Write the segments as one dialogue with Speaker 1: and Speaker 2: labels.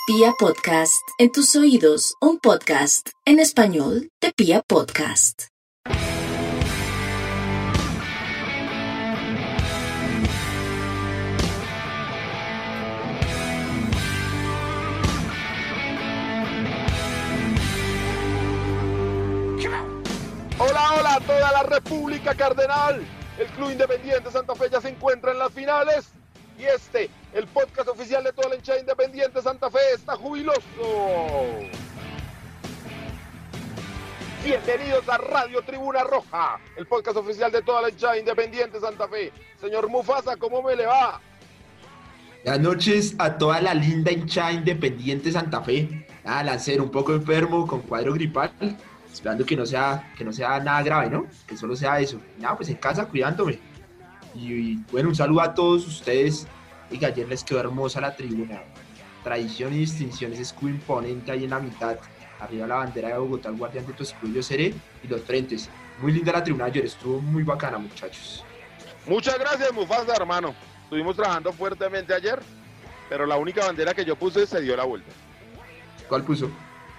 Speaker 1: Pia Podcast, en tus oídos, un podcast en español de Pia Podcast.
Speaker 2: Hola a toda la República Cardenal. El Club Independiente Santa Fe ya se encuentra en las finales. Y el podcast oficial de toda la hinchada Independiente Santa Fe, está jubiloso. Bienvenidos a Radio Tribuna Roja, el podcast oficial de toda la hinchada Independiente Santa Fe. Señor Mufasa, ¿cómo me le va?
Speaker 3: Buenas noches a toda la linda hinchada Independiente Santa Fe. Lancero, un poco enfermo, con cuadro gripal, esperando que no sea nada grave, ¿no? Que solo sea eso. Pues en casa cuidándome. Y bueno, un saludo a todos ustedes. Y que ayer les quedó hermosa la tribuna. Tradición y distinción, ese escudo imponente ahí en la mitad. Arriba la bandera de Bogotá, el guardián de tu escudo, yo seré. Y los frentes. Muy linda la tribuna ayer, estuvo muy bacana, muchachos.
Speaker 2: Muchas gracias, Mufasa, hermano. Estuvimos trabajando fuertemente ayer, pero la única bandera que yo puse se dio la vuelta.
Speaker 3: ¿Cuál puso?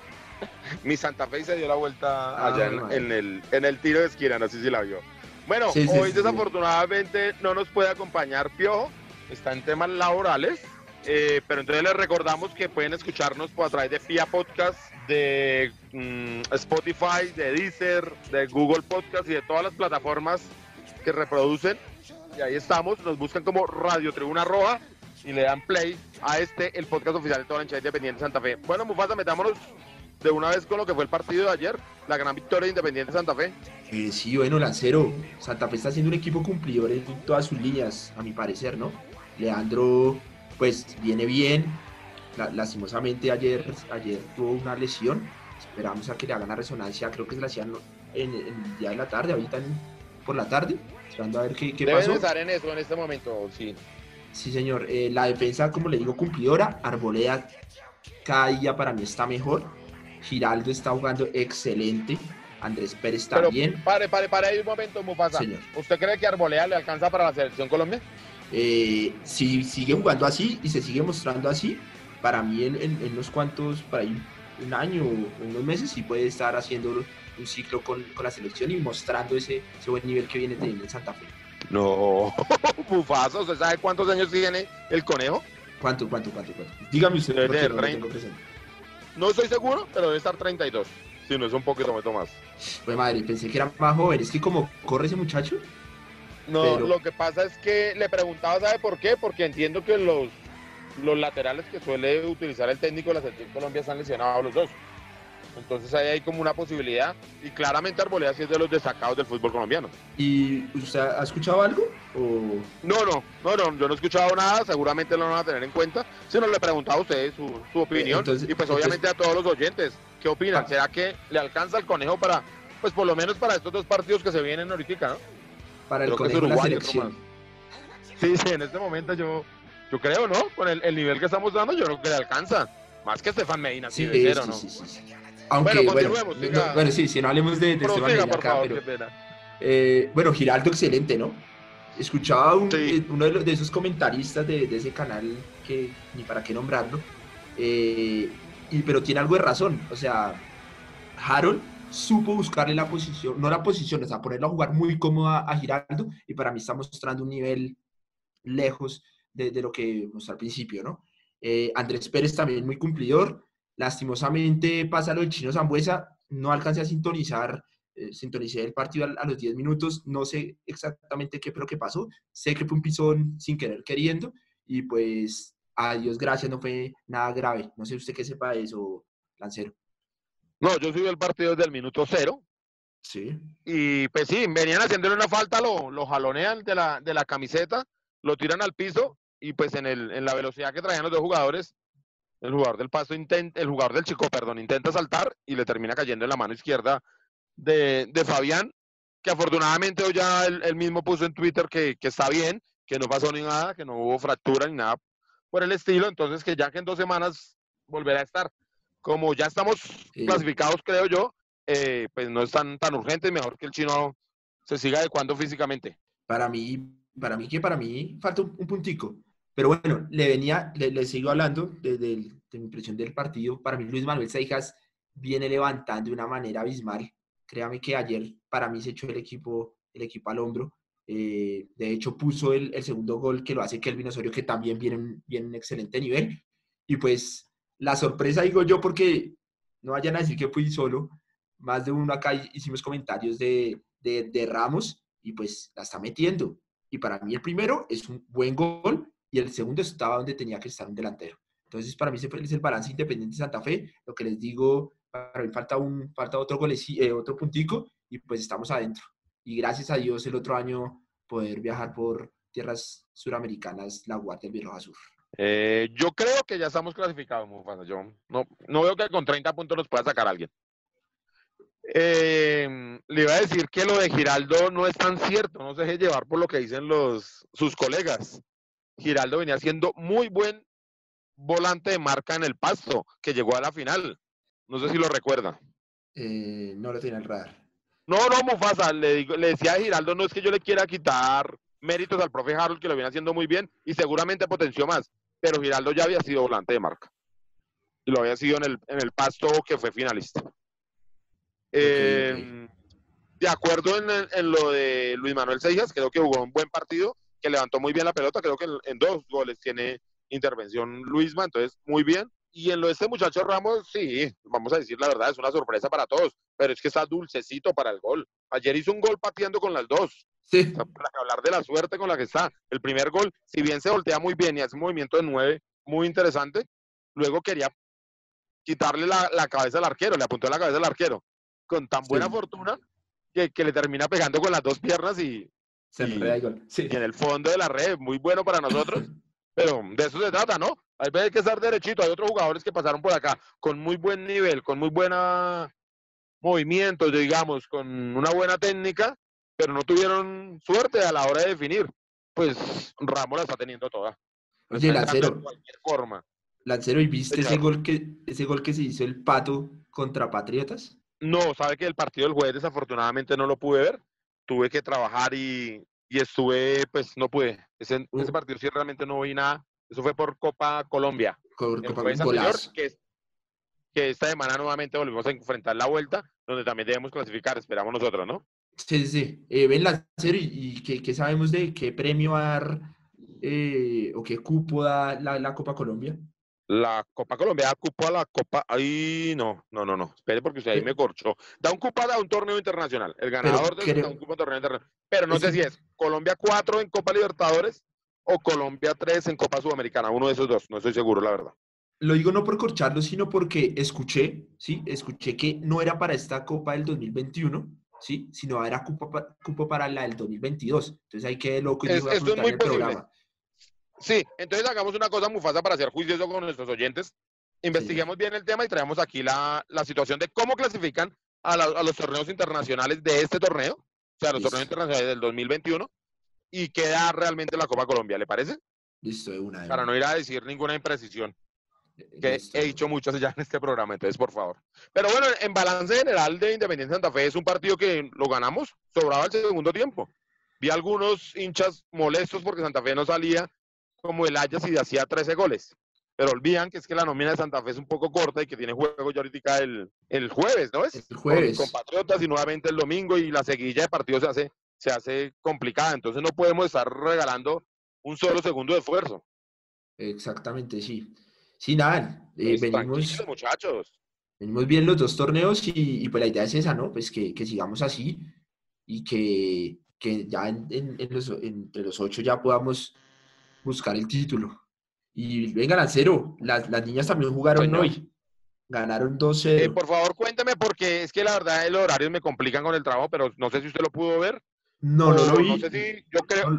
Speaker 2: Mi Santa Fe se dio la vuelta allá en el tiro de esquina, no sé si la vio. Bueno,
Speaker 3: sí,
Speaker 2: hoy desafortunadamente no nos puede acompañar Piojo, está en temas laborales, pero entonces les recordamos que pueden escucharnos a través de Pia Podcast, de Spotify, de Deezer, de Google Podcast y de todas las plataformas que reproducen. Y ahí estamos, nos buscan como Radio Tribuna Roja y le dan play a el podcast oficial de toda la hinchada Independiente Santa Fe. Bueno, Mufasa, metámonos de una vez con lo que fue el partido de ayer, la gran victoria de Independiente Santa Fe.
Speaker 3: Sí, bueno, Lancero, Santa Fe está siendo un equipo cumplidor en todas sus líneas, a mi parecer, ¿no? Leandro, pues, viene bien, lastimosamente ayer tuvo una lesión, esperamos a que le hagan la resonancia, creo que se la hacían en el día de la tarde, ahorita por la tarde, esperando a ver qué pasó.
Speaker 2: Deben estar en eso en este momento, sí.
Speaker 3: Sí, señor, la defensa, como le digo, cumplidora, Arboleda cada día para mí está mejor, Giraldo está jugando excelente, Andrés Pérez también.
Speaker 2: Pare ahí un momento, Mufasa.
Speaker 3: Señor.
Speaker 2: ¿Usted cree que Arboleda le alcanza para la selección Colombia?
Speaker 3: Si sigue jugando así y se sigue mostrando así, para mí en unos cuantos, para ahí un año o unos meses, sí puede estar haciendo un ciclo con la selección y mostrando ese buen nivel que viene teniendo en Santa Fe.
Speaker 2: No, Mufasa, ¿usted sabe cuántos años tiene el Conejo?
Speaker 3: ¿Cuánto? Dígame usted, porque no lo tengo presente.
Speaker 2: No estoy seguro, pero debe estar 32. Si no es un poquito más.
Speaker 3: Pues madre, pensé que era más joven. Es que como corre ese muchacho.
Speaker 2: No, pero lo que pasa es que le preguntaba, ¿sabe por qué? Porque entiendo que los laterales que suele utilizar el técnico de la selección Colombia están lesionados los dos. Entonces ahí hay como una posibilidad. Y claramente Arboleda sí es de los destacados del fútbol colombiano.
Speaker 3: ¿Y usted ha escuchado algo? ¿O?
Speaker 2: No, yo no he escuchado nada. Seguramente lo van a tener en cuenta. Si no, le preguntaba a ustedes su opinión. Y pues obviamente a todos los oyentes, ¿qué opinan? ¿Será que le alcanza el Conejo para, pues por lo menos para estos dos partidos que se vienen ahorita, ¿no?
Speaker 3: Para el Conejo de la selección.
Speaker 2: Sí, en este momento yo creo, ¿no? Con el nivel que estamos dando, yo creo que le alcanza. Más que Estefan Medina,
Speaker 3: sí,
Speaker 2: ¿no?
Speaker 3: Sí. Aunque, bueno, sí, no hablemos de Estefan Medina acá,
Speaker 2: favor,
Speaker 3: pero...
Speaker 2: qué pena.
Speaker 3: Bueno, Giraldo, excelente, ¿no? Escuchaba uno de esos comentaristas de ese canal, que ni para qué nombrarlo, pero tiene algo de razón. O sea, Harold supo buscarle la posición, o sea, ponerlo a jugar muy cómodo a Giraldo, y para mí está mostrando un nivel lejos de lo que mostró al principio, ¿no? Andrés Pérez también muy cumplidor. Lastimosamente pasa lo del Chino Sambuesa, no alcancé a sintonicé el partido a los 10 minutos, no sé exactamente qué fue lo que pasó, sé que fue un pisón sin querer queriendo, y pues a Dios gracias no fue nada grave, no sé usted qué sepa de eso, Lancero.
Speaker 2: No, yo subí el partido desde el minuto 0.
Speaker 3: Sí.
Speaker 2: Y pues sí, venían haciéndole una falta, lo jalonean de la camiseta, lo tiran al piso, y pues en la velocidad que traían los dos jugadores, el jugador del Chico, intenta saltar y le termina cayendo en la mano izquierda de Fabián, que afortunadamente hoy ya él mismo puso en Twitter que está bien, que no pasó ni nada, que no hubo fractura ni nada por el estilo, entonces que ya que en 2 semanas volverá a estar. Como ya estamos clasificados, creo yo, pues no es tan urgente, mejor que el Chino se siga adecuando físicamente.
Speaker 3: Para mí falta un puntico. Pero bueno, le sigo hablando de mi impresión del partido. Para mí Luis Manuel Seijas viene levantando de una manera abismal. Créame que ayer para mí se echó el equipo al hombro. De hecho puso el segundo gol que lo hace Kelvin Osorio, que también viene en un excelente nivel. Y pues la sorpresa digo yo, porque no vayan a decir que fui solo. Más de uno acá hicimos comentarios de Ramos y pues la está metiendo. Y para mí el primero es un buen gol y el segundo estaba donde tenía que estar un delantero. Entonces, para mí ese es el balance Independiente Santa Fe. Lo que les digo, para mí falta otro otro puntico y pues estamos adentro. Y gracias a Dios el otro año poder viajar por tierras suramericanas, la Guardia del Birroja Sur.
Speaker 2: Yo creo que ya estamos clasificados, Mufasa. Yo no veo que con 30 puntos nos pueda sacar alguien. Le iba a decir que lo de Giraldo no es tan cierto, no se deje llevar por lo que dicen sus colegas. Giraldo venía siendo muy buen volante de marca en el Pasto, que llegó a la final. No sé si lo recuerda.
Speaker 3: No lo tiene el radar.
Speaker 2: No, Mufasa, le decía a Giraldo, no es que yo le quiera quitar méritos al profe Harold, que lo viene haciendo muy bien y seguramente potenció más, pero Giraldo ya había sido volante de marca. Y lo había sido en el Pasto, que fue finalista.
Speaker 3: Okay.
Speaker 2: De acuerdo en lo de Luis Manuel Seijas, creo que jugó un buen partido, que levantó muy bien la pelota, creo que en 2 goles tiene intervención Luisma, entonces muy bien. Y en lo de este muchacho Ramos, sí, vamos a decir la verdad, es una sorpresa para todos, pero es que está dulcecito para el gol. Ayer hizo un gol pateando con las dos.
Speaker 3: Sí.
Speaker 2: O sea, para hablar de la suerte con la que está. El primer gol, si bien se voltea muy bien y hace un movimiento de 9 muy interesante, luego quería quitarle la cabeza al arquero, le apuntó la cabeza al arquero. Con tan buena fortuna que le termina pegando con las dos piernas y
Speaker 3: se enreda el gol. Sí.
Speaker 2: Y en el fondo de la red, muy bueno para nosotros, pero de eso se trata, ¿no? Hay veces que estar derechito, hay otros jugadores que pasaron por acá con muy buen nivel, con muy buena movimientos, digamos, con una buena técnica, pero no tuvieron suerte a la hora de definir. Pues Ramos la está teniendo toda.
Speaker 3: Oye, Lancero,
Speaker 2: de cualquier forma.
Speaker 3: Lancero, ¿y viste ese gol que se hizo el Pato contra Patriotas?
Speaker 2: No, sabe que el partido del jueves desafortunadamente no lo pude ver. Tuve que trabajar y estuve, pues no pude. Ese partido sí realmente no vi nada. Eso fue por Copa Colombia. El jueves anterior, que esta semana nuevamente volvemos a enfrentar la vuelta, donde también debemos clasificar, esperamos nosotros, ¿no?
Speaker 3: Sí. Ven, Lancero, ¿y qué sabemos de qué premio va a dar o qué cupo da la Copa Colombia?
Speaker 2: La Copa Colombia da cupo a la Copa. Ay, no. Espere, porque usted ahí me corchó. Da un cupo a un torneo internacional. El ganador de eso da un cupo a un torneo internacional. Pero no sé si es Colombia 4 en Copa Libertadores o Colombia 3 en Copa Sudamericana. Uno de esos dos. No estoy seguro, la verdad.
Speaker 3: Lo digo no por corcharlo, sino porque escuché que no era para esta Copa del 2021, ¿sí? Sino era cupo para la del 2022. Entonces hay que loco y
Speaker 2: esto es muy posible. Programa.
Speaker 3: Sí,
Speaker 2: entonces hagamos una cosa, Mufasa, para ser juicioso con nuestros oyentes. Investiguemos bien el tema y traemos aquí la situación de cómo clasifican a los torneos internacionales de este torneo, o sea, los torneos internacionales del 2021, y queda realmente la Copa Colombia, ¿le parece?
Speaker 3: Listo, de una.
Speaker 2: Para no ir a decir ninguna imprecisión, que he dicho muchas ya en este programa, entonces, por favor. Pero bueno, en balance general de Independiente Santa Fe es un partido que lo ganamos, sobraba el segundo tiempo. Vi algunos hinchas molestos porque Santa Fe no salía como el Ajax y hacía 13 goles. Pero olvidan que es que la nómina de Santa Fe es un poco corta y que tiene juego ya ahorita el jueves, ¿no es?
Speaker 3: El jueves.
Speaker 2: Con Patriotas y nuevamente el domingo y la seguilla de partidos se hace complicada. Entonces no podemos estar regalando un solo segundo de esfuerzo.
Speaker 3: Exactamente, sí. Sí, nada, venimos,
Speaker 2: muchachos.
Speaker 3: Venimos bien los dos torneos y pues la idea es esa, ¿no? Pues que sigamos así y que ya entre los 8 ya podamos buscar el título. Y vengan al cero, las niñas también jugaron hoy, ganaron 2-0.
Speaker 2: Por favor, cuénteme, porque es que la verdad los horarios me complican con el trabajo, pero no sé si usted lo pudo ver.
Speaker 3: No lo vi.
Speaker 2: No sé si, yo creo...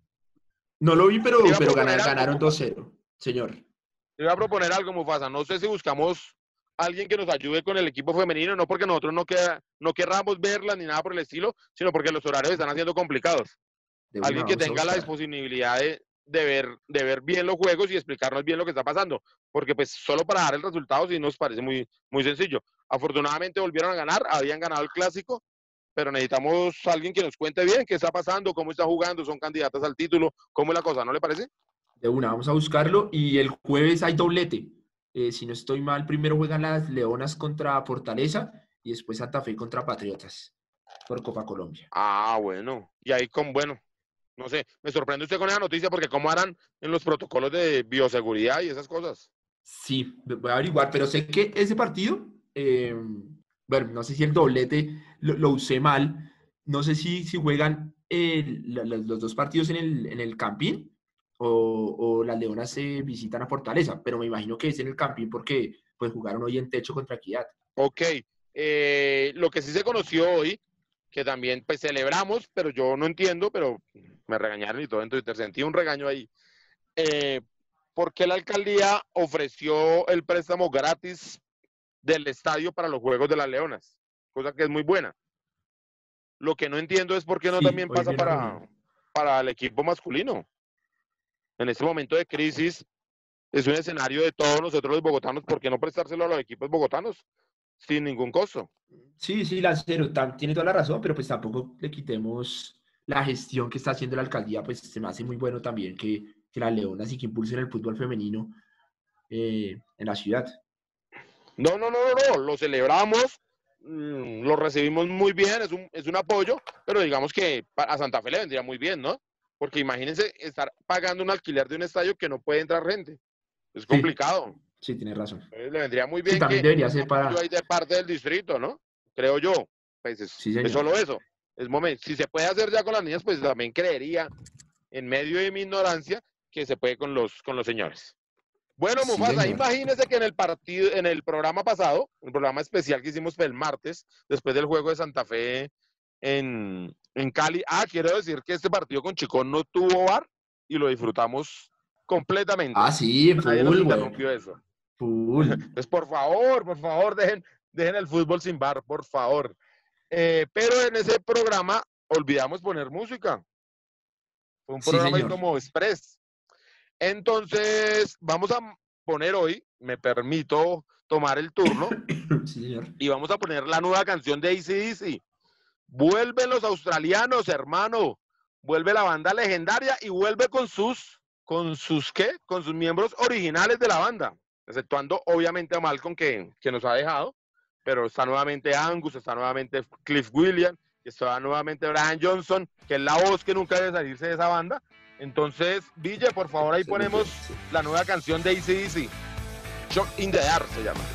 Speaker 3: No lo vi, pero ganaron 2-0, señor.
Speaker 2: Le voy a proponer algo, Mufasa. No sé si buscamos a alguien que nos ayude con el equipo femenino, no porque nosotros no querramos verlas ni nada por el estilo, sino porque los horarios están haciendo complicados. Alguien que tenga la disponibilidad de ver bien los juegos y explicarnos bien lo que está pasando, porque pues solo para dar el resultado sí nos parece muy, muy sencillo. Afortunadamente volvieron a ganar, habían ganado el clásico, pero necesitamos a alguien que nos cuente bien qué está pasando, cómo está jugando, son candidatas al título, cómo es la cosa, ¿no le parece?
Speaker 3: De una, vamos a buscarlo. Y el jueves hay doblete. Si no estoy mal, primero juegan las Leonas contra Fortaleza y después Santa Fe contra Patriotas por Copa Colombia.
Speaker 2: Ah, bueno. Y ahí bueno, no sé, me sorprende usted con esa noticia porque cómo harán en los protocolos de bioseguridad y esas cosas.
Speaker 3: Sí, voy a averiguar, pero sé que ese partido, bueno, no sé si el doblete lo usé mal, no sé si juegan los dos partidos en el Campín o las Leonas se visitan a Fortaleza, pero me imagino que es en el Campín porque pues jugaron hoy en techo contra Equidad.
Speaker 2: Ok, lo que sí se conoció hoy, que también pues celebramos, pero yo no entiendo, pero me regañaron y todo en Twitter, sentí un regaño ahí. ¿Por qué la alcaldía ofreció el préstamo gratis del estadio para los Juegos de las Leonas? Cosa que es muy buena. Lo que no entiendo es por qué no
Speaker 3: Sí,
Speaker 2: también
Speaker 3: hoy
Speaker 2: pasa
Speaker 3: vi una reunión.
Speaker 2: para el equipo masculino. En este momento de crisis es un escenario de todos nosotros los bogotanos, ¿por qué no prestárselo a los equipos bogotanos sin ningún costo?
Speaker 3: Sí, sí, Lancero, tiene toda la razón, pero pues tampoco le quitemos la gestión que está haciendo la alcaldía, pues se me hace muy bueno también que las Leonas y que impulsen el fútbol femenino en la ciudad.
Speaker 2: No, lo celebramos, lo recibimos muy bien, es un apoyo, pero digamos que a Santa Fe le vendría muy bien, ¿no? Porque imagínense estar pagando un alquiler de un estadio que no puede entrar gente, es
Speaker 3: Sí,
Speaker 2: complicado.
Speaker 3: sí, tiene razón.
Speaker 2: Le vendría muy
Speaker 3: Sí,
Speaker 2: bien
Speaker 3: también
Speaker 2: que
Speaker 3: debería
Speaker 2: un
Speaker 3: ser
Speaker 2: apoyo
Speaker 3: para...
Speaker 2: ahí de parte del distrito, ¿no? Creo yo, pues
Speaker 3: Sí,
Speaker 2: es
Speaker 3: señor.
Speaker 2: solo eso, es momento. Si se puede hacer ya con las niñas, pues también creería, en medio de mi ignorancia, que se puede con los señores. Bueno,
Speaker 3: Sí,
Speaker 2: Mufasa,
Speaker 3: señor.
Speaker 2: imagínese que en el partido, en el programa pasado, el programa especial que hicimos el martes, después del juego de Santa Fe en Cali, quiero decir que este partido con Chico no tuvo VAR y lo disfrutamos completamente.
Speaker 3: Ah, sí,
Speaker 2: Nadie nos
Speaker 3: full, güey.
Speaker 2: interrumpió eso.
Speaker 3: Full.
Speaker 2: Entonces, por favor, dejen el fútbol sin VAR, por favor. Pero en ese programa olvidamos poner música. Fue un
Speaker 3: Sí,
Speaker 2: programa ahí
Speaker 3: señor.
Speaker 2: como express. Entonces, vamos a poner hoy, me permito tomar el turno,
Speaker 3: Sí, señor.
Speaker 2: y vamos a poner la nueva canción de AC/DC. Vuelven los australianos, hermano. Vuelve la banda legendaria y vuelve ¿qué? Con sus miembros originales de la banda. Exceptuando, obviamente, a Malcolm, que nos ha dejado. Pero está nuevamente Angus, está nuevamente Cliff Williams, está nuevamente Brian Johnson, que es la voz que nunca debe salirse de esa banda. Entonces, Ville, por favor, ahí
Speaker 3: Excelente.
Speaker 2: ponemos
Speaker 3: Sí.
Speaker 2: la nueva canción de AC/DC. Shock in the Air se llama.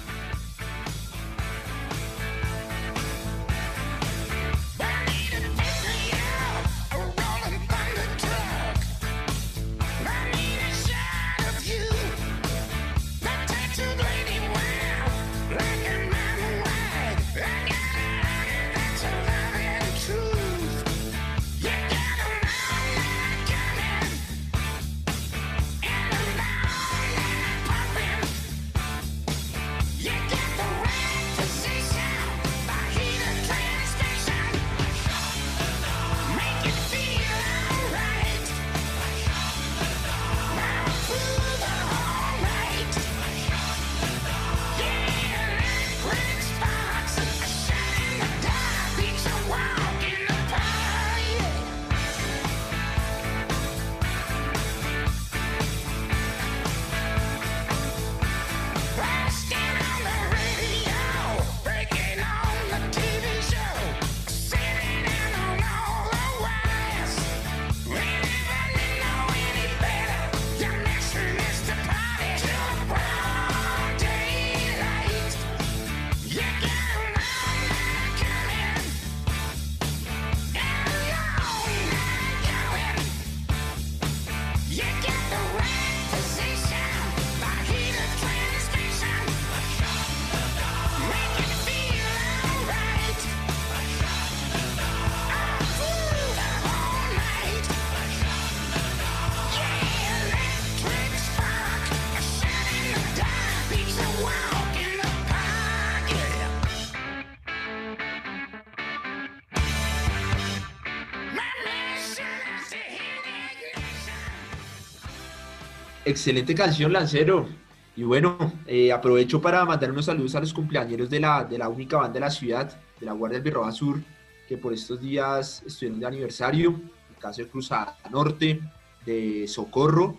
Speaker 3: Excelente canción, Lancero. Y bueno, aprovecho para mandar unos saludos a los cumpleañeros de la única banda de la ciudad, de la Guardia del Birroba Sur, que por estos días estuvieron de aniversario. El caso de Cruzada Norte, de Socorro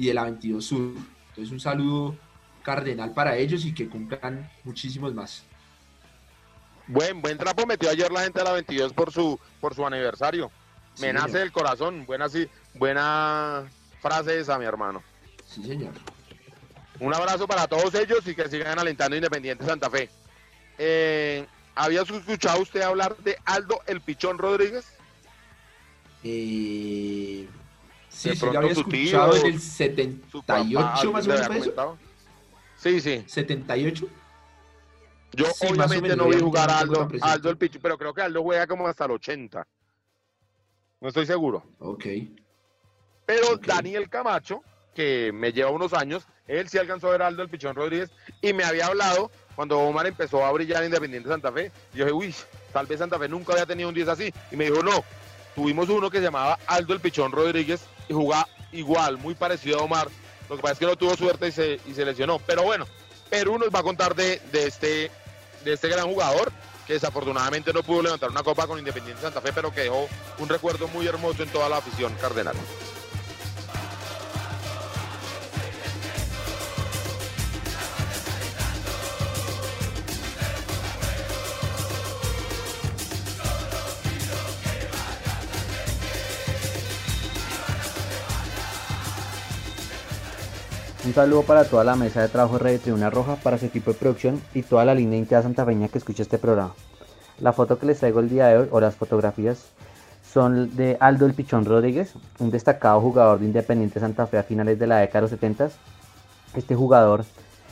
Speaker 3: y de la 22 Sur. Entonces un saludo cardenal para ellos y que cumplan muchísimos más.
Speaker 2: Buen trapo metió ayer la gente de la 22 por su aniversario.
Speaker 3: Sí,
Speaker 2: Me nace
Speaker 3: señor.
Speaker 2: del corazón. Buena frase esa, mi hermano.
Speaker 3: Sí, señor.
Speaker 2: Un abrazo para todos ellos y que sigan alentando Independiente Santa Fe. ¿Había escuchado usted hablar de Aldo el Pichón Rodríguez?
Speaker 3: Sí,
Speaker 2: De
Speaker 3: yo
Speaker 2: pronto
Speaker 3: había
Speaker 2: su
Speaker 3: escuchado
Speaker 2: tío,
Speaker 3: en el
Speaker 2: su papá,
Speaker 3: 78 más o
Speaker 2: ¿alguien le
Speaker 3: menos
Speaker 2: había
Speaker 3: fue eso.
Speaker 2: comentado? Sí.
Speaker 3: 78.
Speaker 2: Yo
Speaker 3: Sí, más o
Speaker 2: obviamente
Speaker 3: menos,
Speaker 2: no vi
Speaker 3: obviamente
Speaker 2: jugar
Speaker 3: no
Speaker 2: a
Speaker 3: tengo tan
Speaker 2: Aldo el
Speaker 3: presente.
Speaker 2: Pichón, pero creo que Aldo juega como hasta el 80. No estoy seguro.
Speaker 3: Ok.
Speaker 2: Pero Daniel Camacho, que me lleva unos años, él sí alcanzó a ver a Aldo el Pichón Rodríguez y me había hablado cuando Omar empezó a brillar en Independiente Santa Fe. Y yo dije, uy, tal vez Santa Fe nunca había tenido un 10 así. Y me dijo, no, tuvimos uno que se llamaba Aldo el Pichón Rodríguez y jugaba igual, muy parecido a Omar. Lo que pasa es que no tuvo suerte y se lesionó. Pero bueno, Perú nos va a contar de este gran jugador que desafortunadamente no pudo levantar una copa con Independiente Santa Fe, pero que dejó un recuerdo muy hermoso en toda la afición cardenal.
Speaker 4: Un saludo para toda la mesa de trabajo de Radio Tribuna Roja, para su equipo de producción y toda la linda hinchada santafeña que escucha este programa. La foto que les traigo el día de hoy, o las fotografías, son de Aldo el Pichón Rodríguez, un destacado jugador de Independiente Santa Fe a finales de la década de los 70. Este jugador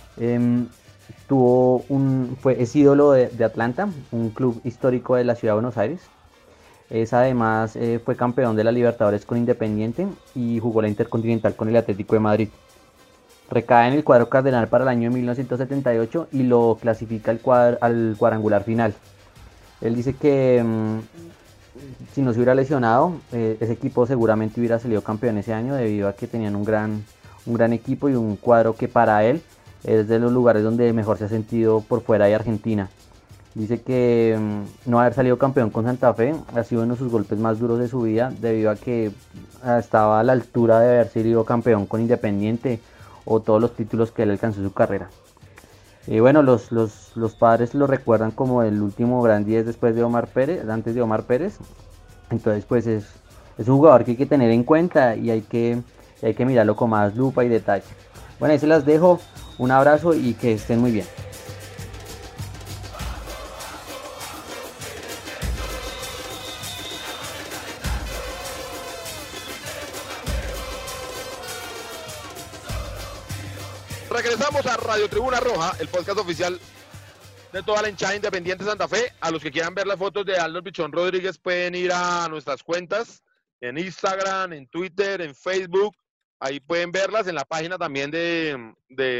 Speaker 4: es ídolo de Atlanta, un club histórico de la ciudad de Buenos Aires. Además fue campeón de la Libertadores con Independiente y jugó la Intercontinental con el Atlético de Madrid. Recae en el cuadro cardenal para el año 1978 y lo clasifica al cuadrangular final. Él dice que si no se hubiera lesionado, ese equipo seguramente hubiera salido campeón ese año, debido a que tenían un gran equipo y un cuadro que para él es de los lugares donde mejor se ha sentido por fuera de Argentina. Dice que no haber salido campeón con Santa Fe ha sido uno de sus golpes más duros de su vida, debido a que estaba a la altura de haber sido campeón con Independiente o todos los títulos que él alcanzó en su carrera. Bueno, los padres lo recuerdan como el último gran 10 después de Omar Pérez, antes de Omar Pérez. Entonces pues es un jugador que hay que tener en cuenta y hay que mirarlo con más lupa y detalle. Bueno, ahí se las dejo, un abrazo y que estén muy bien.
Speaker 2: Regresamos a Radio Tribuna Roja, el podcast oficial de toda la hinchada Independiente Santa Fe. A los que quieran ver las fotos de Aldo el Pichón Rodríguez pueden ir a nuestras cuentas en Instagram, en Twitter, en Facebook. Ahí pueden verlas en la página también en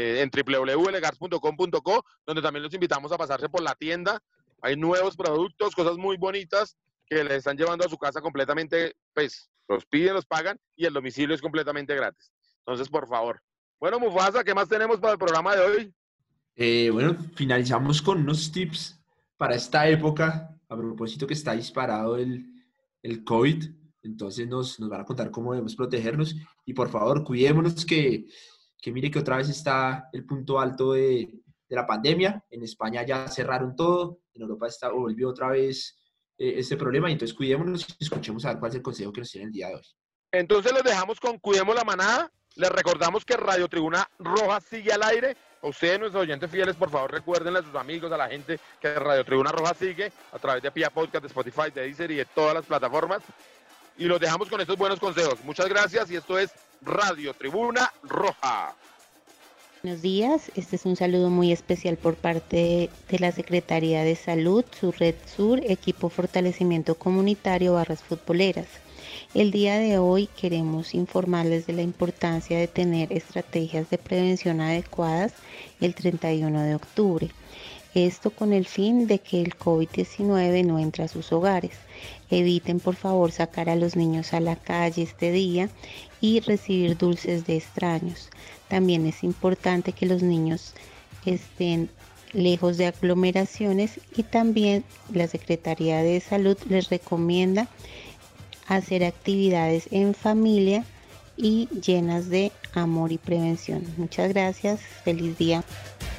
Speaker 2: www.legars.com.co, donde también los invitamos a pasarse por la tienda. Hay nuevos productos, cosas muy bonitas que les están llevando a su casa completamente, pues los piden, los pagan y el domicilio es completamente gratis. Entonces, por favor. Bueno, Mufasa, ¿qué más tenemos para el programa de hoy?
Speaker 3: Bueno, finalizamos con unos tips para esta época, a propósito que está disparado el COVID, entonces nos van a contar cómo debemos protegernos y por favor cuidémonos que mire que otra vez está el punto alto de la pandemia. En España ya cerraron todo, en Europa volvió otra vez este problema, y entonces cuidémonos y escuchemos a ver cuál es el consejo que nos tiene el día de hoy.
Speaker 2: Entonces los dejamos con Cuidemos la Manada. Les recordamos que Radio Tribuna Roja sigue al aire. A ustedes, nuestros oyentes fieles, por favor, recuérdenle a sus amigos, a la gente, que Radio Tribuna Roja sigue a través de Pia Podcast, de Spotify, de Deezer y de todas las plataformas. Y los dejamos con estos buenos consejos. Muchas gracias y esto es Radio Tribuna Roja.
Speaker 5: Buenos días, este es un saludo muy especial por parte de la Secretaría de Salud, su Red Sur, Equipo Fortalecimiento Comunitario Barras Futboleras. El día de hoy queremos informarles de la importancia de tener estrategias de prevención adecuadas el 31 de octubre. Esto con el fin de que el COVID-19 no entre a sus hogares. Eviten por favor sacar a los niños a la calle este día y recibir dulces de extraños. También es importante que los niños estén lejos de aglomeraciones y también la Secretaría de Salud les recomienda hacer actividades en familia y llenas de amor y prevención. Muchas gracias, feliz día.